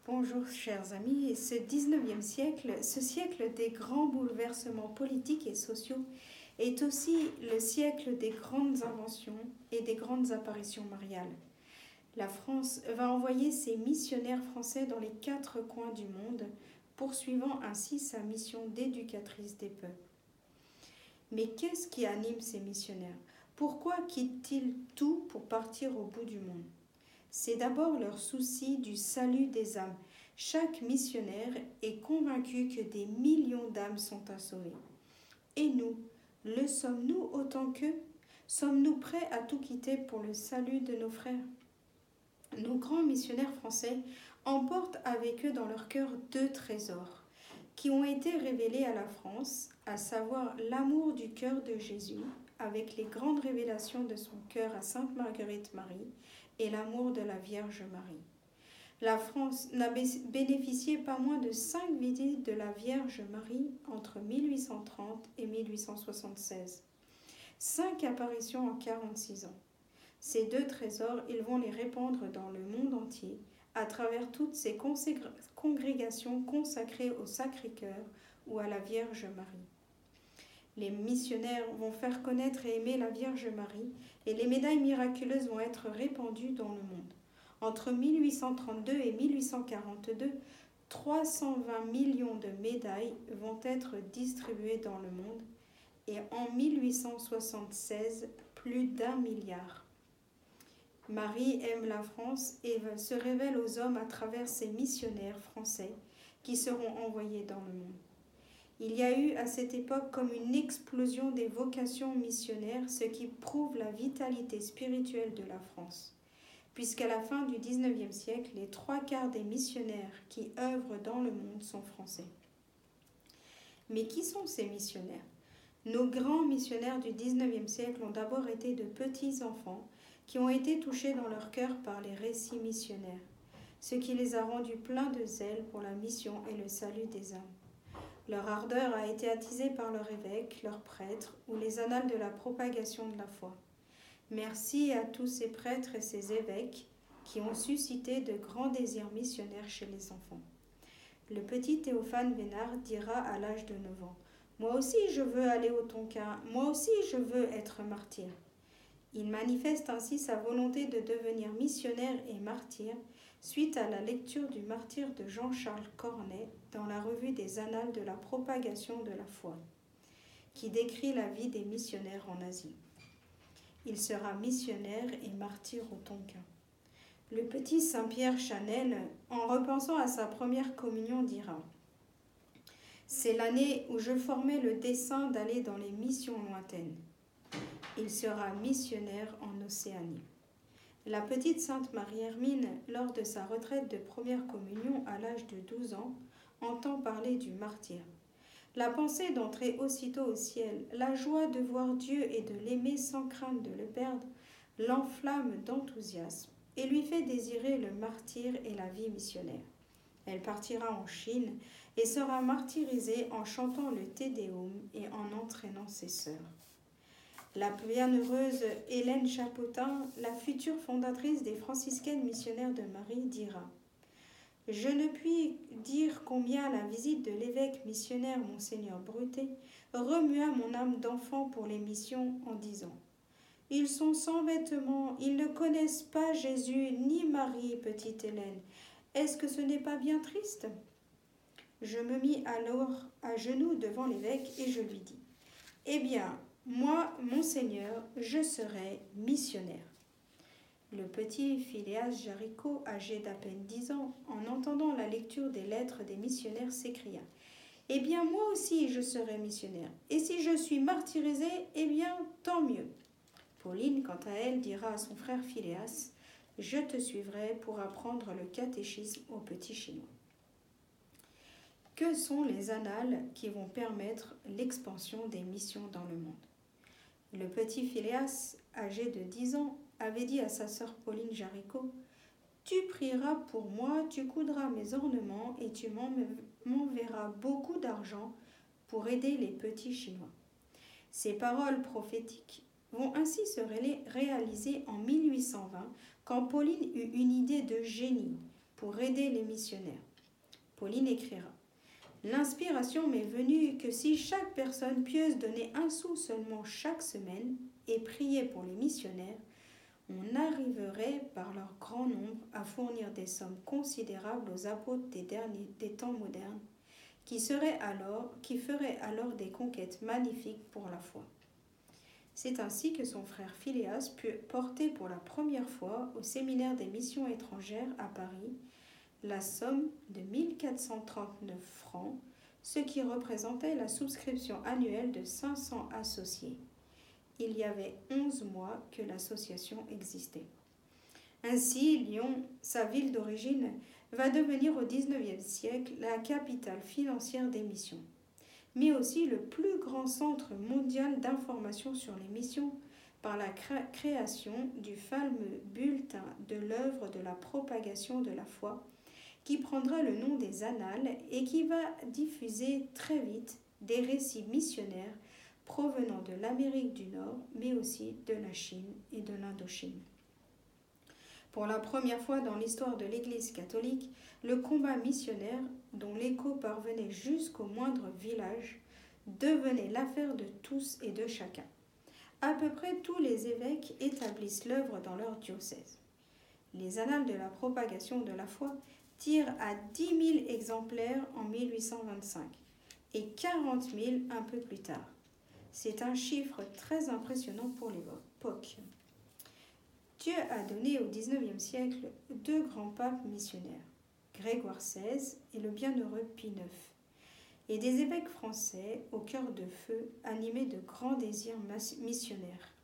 Bonjour chers amis, et ce 19e siècle, ce siècle des grands bouleversements politiques et sociaux, est aussi le siècle des grandes inventions et des grandes apparitions mariales. La France va envoyer ses missionnaires français dans les 4 coins du monde, poursuivant ainsi sa mission d'éducatrice des peuples. Mais qu'est-ce qui anime ces missionnaires? Pourquoi quittent-ils tout pour partir au bout du monde? C'est d'abord leur souci du salut des âmes. Chaque missionnaire est convaincu que des millions d'âmes sont à sauver. Et nous, le sommes-nous autant qu'eux? Sommes-nous prêts à tout quitter pour le salut de nos frères? Nos grands missionnaires français emportent avec eux dans leur cœur 2 trésors qui ont été révélés à la France, à savoir l'amour du cœur de Jésus, avec les grandes révélations de son cœur à Sainte Marguerite Marie, et l'amour de la Vierge Marie. La France n'a bénéficié pas moins de 5 visites de la Vierge Marie entre 1830 et 1876. 5 apparitions en 46 ans. Ces 2 trésors, ils vont les répandre dans le monde entier, à travers toutes ces congrégations consacrées au Sacré-Cœur ou à la Vierge Marie. Les missionnaires vont faire connaître et aimer la Vierge Marie et les médailles miraculeuses vont être répandues dans le monde. Entre 1832 et 1842, 320 millions de médailles vont être distribuées dans le monde et en 1876, plus d'1 milliard. Marie aime la France et se révèle aux hommes à travers ses missionnaires français qui seront envoyés dans le monde. Il y a eu à cette époque comme une explosion des vocations missionnaires, ce qui prouve la vitalité spirituelle de la France. Puisqu'à la fin du XIXe siècle, les 3/4 des missionnaires qui œuvrent dans le monde sont français. Mais qui sont ces missionnaires? Nos grands missionnaires du XIXe siècle ont d'abord été de petits enfants qui ont été touchés dans leur cœur par les récits missionnaires, ce qui les a rendus pleins de zèle pour la mission et le salut des âmes. Leur ardeur a été attisée par leur évêque, leur prêtre ou les annales de la propagation de la foi. Merci à tous ces prêtres et ces évêques qui ont suscité de grands désirs missionnaires chez les enfants. Le petit Théophane Vénard dira à l'âge de 9 ans « Moi aussi je veux aller au Tonkin, moi aussi je veux être martyr ». Il manifeste ainsi sa volonté de devenir missionnaire et martyr suite à la lecture du martyre de Jean-Charles Cornet dans la revue des Annales de la propagation de la foi, qui décrit la vie des missionnaires en Asie. Il sera missionnaire et martyr au Tonkin. Le petit Saint-Pierre Chanel, en repensant à sa première communion, dira « C'est l'année où je formais le dessein d'aller dans les missions lointaines. Il sera missionnaire en Océanie. » La petite Sainte Marie-Hermine, lors de sa retraite de première communion à l'âge de 12 ans, entend parler du martyr. La pensée d'entrer aussitôt au ciel, la joie de voir Dieu et de l'aimer sans crainte de le perdre, l'enflamme d'enthousiasme et lui fait désirer le martyre et la vie missionnaire. Elle partira en Chine et sera martyrisée en chantant le Te Deum et en entraînant ses sœurs. La bienheureuse Hélène Chapotin, la future fondatrice des franciscaines missionnaires de Marie, dira « Je ne puis dire combien la visite de l'évêque missionnaire Monseigneur Brutet remua mon âme d'enfant pour les missions en disant « Ils sont sans vêtements, ils ne connaissent pas Jésus ni Marie, petite Hélène. Est-ce que ce n'est pas bien triste ?» Je me mis alors à genoux devant l'évêque et je lui dis « Eh bien, moi, Monseigneur, je serai missionnaire. » Le petit Philéas Jaricot, âgé d'à peine 10 ans, en entendant la lecture des lettres des missionnaires, s'écria « Eh bien, moi aussi, je serai missionnaire. Et si je suis martyrisé, eh bien, tant mieux. » Pauline, quant à elle, dira à son frère Philéas « Je te suivrai pour apprendre le catéchisme aux petits Chinois. » Que sont les annales qui vont permettre l'expansion des missions dans le monde? Le petit Philéas, âgé de 10 ans, avait dit à sa sœur Pauline Jaricot « Tu prieras pour moi, tu coudras mes ornements et tu m'enverras beaucoup d'argent pour aider les petits Chinois. » Ces paroles prophétiques vont ainsi se réaliser en 1820 quand Pauline eut une idée de génie pour aider les missionnaires. Pauline écrira: L'inspiration m'est venue que si chaque personne pieuse donnait 1 sou seulement chaque semaine et priait pour les missionnaires, on arriverait par leur grand nombre à fournir des sommes considérables aux apôtres des temps modernes, qui feraient alors des conquêtes magnifiques pour la foi. C'est ainsi que son frère Philéas put porter pour la première fois au séminaire des missions étrangères à Paris la somme de 1439 francs, ce qui représentait la souscription annuelle de 500 associés. Il y avait 11 mois que l'association existait. Ainsi, Lyon, sa ville d'origine, va devenir au XIXe siècle la capitale financière des missions, mais aussi le plus grand centre mondial d'information sur les missions par la création du fameux bulletin de l'œuvre de la propagation de la foi, qui prendra le nom des Annales et qui va diffuser très vite des récits missionnaires provenant de l'Amérique du Nord, mais aussi de la Chine et de l'Indochine. Pour la première fois dans l'histoire de l'Église catholique, le combat missionnaire, dont l'écho parvenait jusqu'au moindre village, devenait l'affaire de tous et de chacun. À peu près tous les évêques établissent l'œuvre dans leur diocèse. Les Annales de la propagation de la foi tirent à 10 000 exemplaires en 1825 et 40 000 un peu plus tard. C'est un chiffre très impressionnant pour l'époque. Dieu a donné au XIXe siècle 2 grands papes missionnaires, Grégoire XVI et le bienheureux Pie IX, et des évêques français au cœur de feu, animés de grands désirs missionnaires.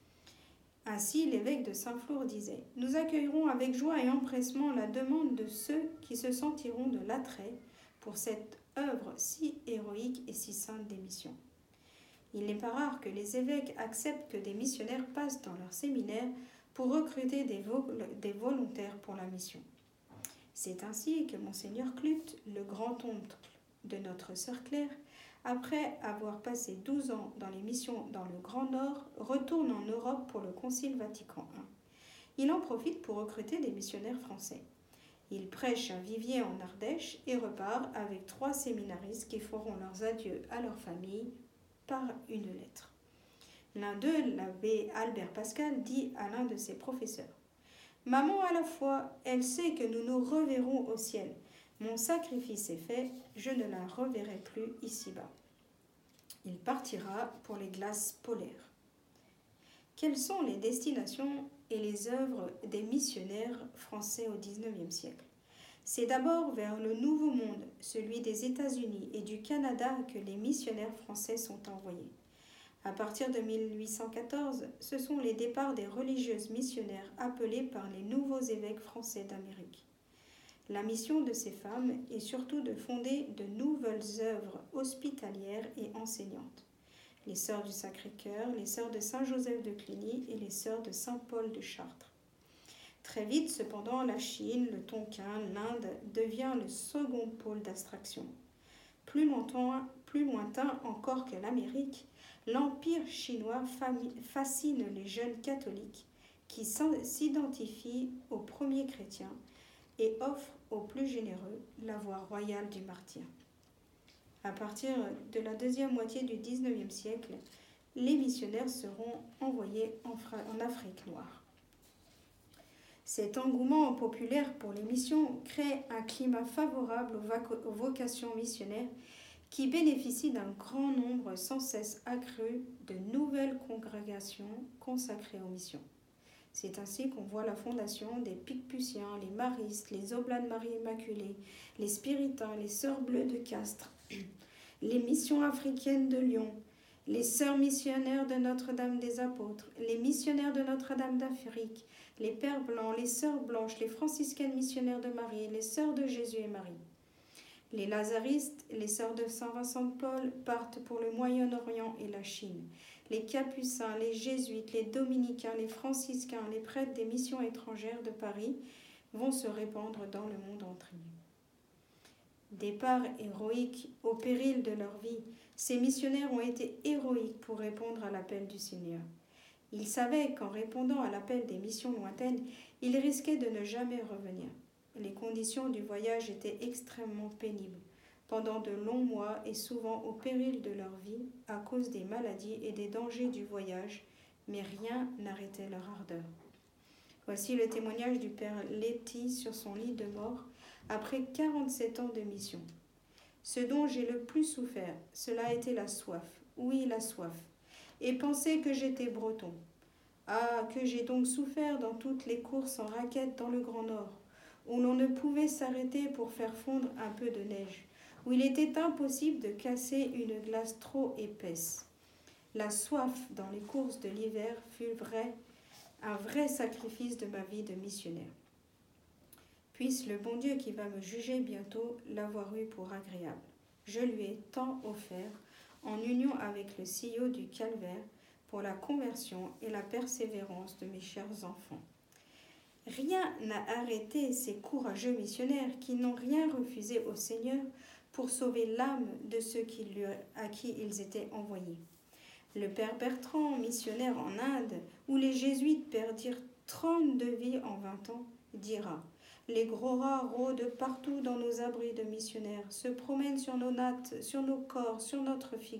Ainsi, l'évêque de Saint-Flour disait: « Nous accueillerons avec joie et empressement la demande de ceux qui se sentiront de l'attrait pour cette œuvre si héroïque et si sainte des missions. » Il n'est pas rare que les évêques acceptent que des missionnaires passent dans leur séminaire pour recruter des volontaires pour la mission. C'est ainsi que Monseigneur Clute, le grand-oncle de notre sœur Claire, après avoir passé 12 ans dans les missions dans le Grand Nord, retourne en Europe pour le Concile Vatican I. Il en profite pour recruter des missionnaires français. Il prêche à Viviers en Ardèche et repart avec 3 séminaristes qui feront leurs adieux à leur famille par une lettre. L'un d'eux, l'abbé Albert Pascal, dit à l'un de ses professeurs: « Maman a la foi, elle sait que nous nous reverrons au ciel. Mon sacrifice est fait, je ne la reverrai plus ici-bas. » Il partira pour les glaces polaires. Quelles sont les destinations et les œuvres des missionnaires français au XIXe siècle? C'est d'abord vers le Nouveau Monde, celui des États-Unis et du Canada, que les missionnaires français sont envoyés. À partir de 1814, ce sont les départs des religieuses missionnaires appelées par les nouveaux évêques français d'Amérique. La mission de ces femmes est surtout de fonder de nouvelles œuvres hospitalières et enseignantes. Les Sœurs du Sacré-Cœur, les Sœurs de Saint-Joseph de Cluny et les Sœurs de Saint-Paul de Chartres. Très vite, cependant, la Chine, le Tonkin, l'Inde devient le second pôle d'abstraction. Plus lointain encore que l'Amérique, l'Empire chinois fascine les jeunes catholiques qui s'identifient aux premiers chrétiens et offre aux plus généreux la voie royale du martyre. À partir de la deuxième moitié du XIXe siècle, les missionnaires seront envoyés en Afrique noire. Cet engouement populaire pour les missions crée un climat favorable aux vocations missionnaires qui bénéficient d'un grand nombre sans cesse accru de nouvelles congrégations consacrées aux missions. C'est ainsi qu'on voit la fondation des Picputiens, les Maristes, les Oblats de Marie Immaculée, les Spiritains, les Sœurs Bleues de Castres, les missions africaines de Lyon, les Sœurs missionnaires de Notre-Dame des Apôtres, les missionnaires de Notre-Dame d'Afrique, les Pères Blancs, les Sœurs Blanches, les franciscaines missionnaires de Marie, les Sœurs de Jésus et Marie. Les Lazaristes, les Sœurs de Saint-Vincent de Paul partent pour le Moyen-Orient et la Chine. Les Capucins, les Jésuites, les Dominicains, les Franciscains, les prêtres des missions étrangères de Paris vont se répandre dans le monde entier. Départ héroïque au péril de leur vie, ces missionnaires ont été héroïques pour répondre à l'appel du Seigneur. Ils savaient qu'en répondant à l'appel des missions lointaines, ils risquaient de ne jamais revenir. les conditions du voyage étaient extrêmement pénibles, pendant de longs mois et souvent au péril de leur vie à cause des maladies et des dangers du voyage, mais rien n'arrêtait leur ardeur. Voici le témoignage du père Letty sur son lit de mort après 47 ans de mission. Ce dont j'ai le plus souffert, cela a été la soif, oui la soif, et penser que j'étais breton. Ah, que j'ai donc souffert dans toutes les courses en raquettes dans le Grand Nord, où l'on ne pouvait s'arrêter pour faire fondre un peu de neige, où il était impossible de casser une glace trop épaisse. La soif dans les courses de l'hiver fut un vrai sacrifice de ma vie de missionnaire. Puisse le bon Dieu qui va me juger bientôt l'avoir eu pour agréable. Je lui ai tant offert, en union avec le sillot du calvaire, pour la conversion et la persévérance de mes chers enfants. Rien n'a arrêté ces courageux missionnaires qui n'ont rien refusé au Seigneur pour sauver l'âme de ceux à qui ils étaient envoyés. Le père Bertrand, missionnaire en Inde, où les jésuites perdirent 32 vies en 20 ans, dira « Les gros rats rôdent partout dans nos abris de missionnaires, se promènent sur nos nattes, sur nos corps, sur notre figure. »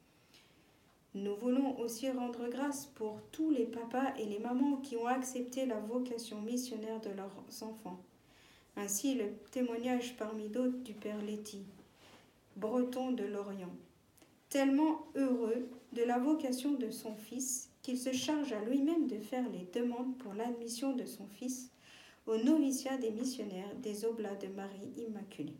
Nous voulons aussi rendre grâce pour tous les papas et les mamans qui ont accepté la vocation missionnaire de leurs enfants. Ainsi le témoignage parmi d'autres du père Letty, breton de l'Orient, tellement heureux de la vocation de son fils qu'il se charge à lui-même de faire les demandes pour l'admission de son fils au noviciat des missionnaires des Oblats de Marie Immaculée.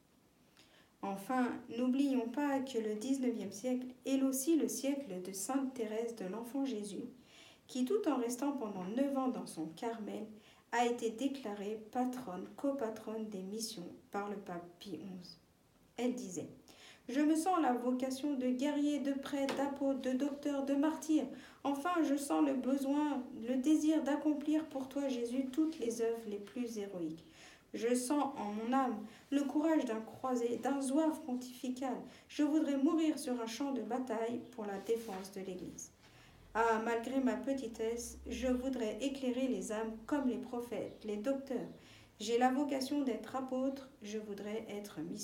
Enfin, n'oublions pas que le XIXe siècle est aussi le siècle de Sainte Thérèse de l'Enfant Jésus, qui, tout en restant pendant 9 ans dans son Carmel, a été déclarée patronne, copatronne des missions par le pape Pie XI. Elle disait « Je me sens la vocation de guerrier, de prêtre, d'apôtre, de docteur, de martyr. Enfin, je sens le besoin, le désir d'accomplir pour toi, Jésus, toutes les œuvres les plus héroïques. Je sens en mon âme le courage d'un croisé, d'un zouave pontifical. Je voudrais mourir sur un champ de bataille pour la défense de l'Église. Ah, malgré ma petitesse, je voudrais éclairer les âmes comme les prophètes, les docteurs. J'ai la vocation d'être apôtre, je voudrais être missionnaire. »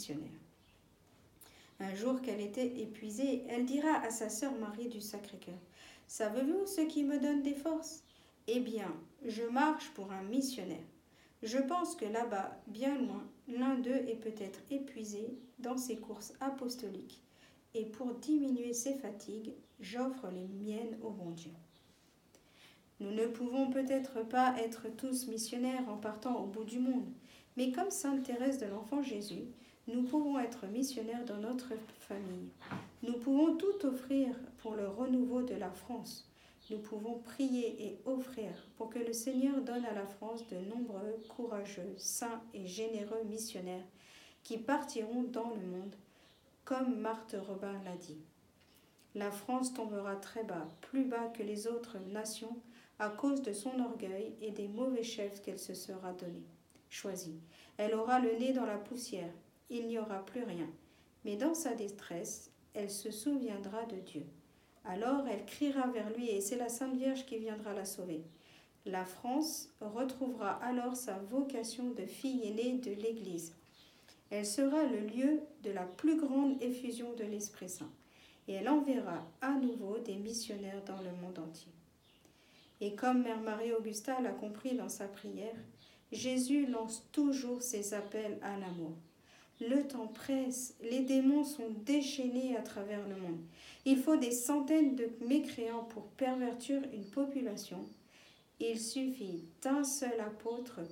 Un jour qu'elle était épuisée, elle dira à sa sœur Marie du Sacré-Cœur « Savez-vous ce qui me donne des forces ? Eh bien, je marche pour un missionnaire. Je pense que là-bas, bien loin, l'un d'eux est peut-être épuisé dans ses courses apostoliques, et pour diminuer ses fatigues, j'offre les miennes au bon Dieu. » Nous ne pouvons peut-être pas être tous missionnaires en partant au bout du monde, mais comme Sainte Thérèse de l'Enfant Jésus, nous pouvons être missionnaires dans notre famille. Nous pouvons tout offrir pour le renouveau de la France. Nous pouvons prier et offrir pour que le Seigneur donne à la France de nombreux, courageux, saints et généreux missionnaires qui partiront dans le monde, comme Marthe Robin l'a dit. La France tombera très bas, plus bas que les autres nations, à cause de son orgueil et des mauvais chefs qu'elle se sera donné, choisi. Elle aura le nez dans la poussière, il n'y aura plus rien. Mais dans sa détresse, elle se souviendra de Dieu. Alors elle criera vers lui et c'est la Sainte Vierge qui viendra la sauver. La France retrouvera alors sa vocation de fille aînée de l'Église. Elle sera le lieu de la plus grande effusion de l'Esprit Saint et elle enverra à nouveau des missionnaires dans le monde entier. Et comme Mère Marie-Augusta l'a compris dans sa prière, Jésus lance toujours ses appels à l'amour. Le temps presse, les démons sont déchaînés à travers le monde. Il faut des centaines de mécréants pour pervertir une population. Il suffit d'un seul apôtre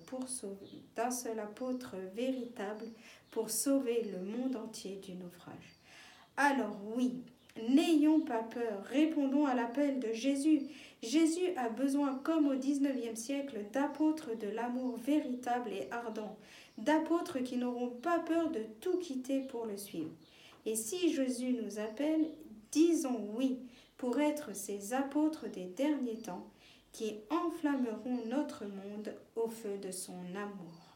véritable pour sauver le monde entier du naufrage. Alors oui, n'ayons pas peur, répondons à l'appel de Jésus. Jésus a besoin, comme au XIXe siècle, d'apôtres de l'amour véritable et ardent, d'apôtres qui n'auront pas peur de tout quitter pour le suivre. Et si Jésus nous appelle, disons oui pour être ces apôtres des derniers temps qui enflammeront notre monde au feu de son amour.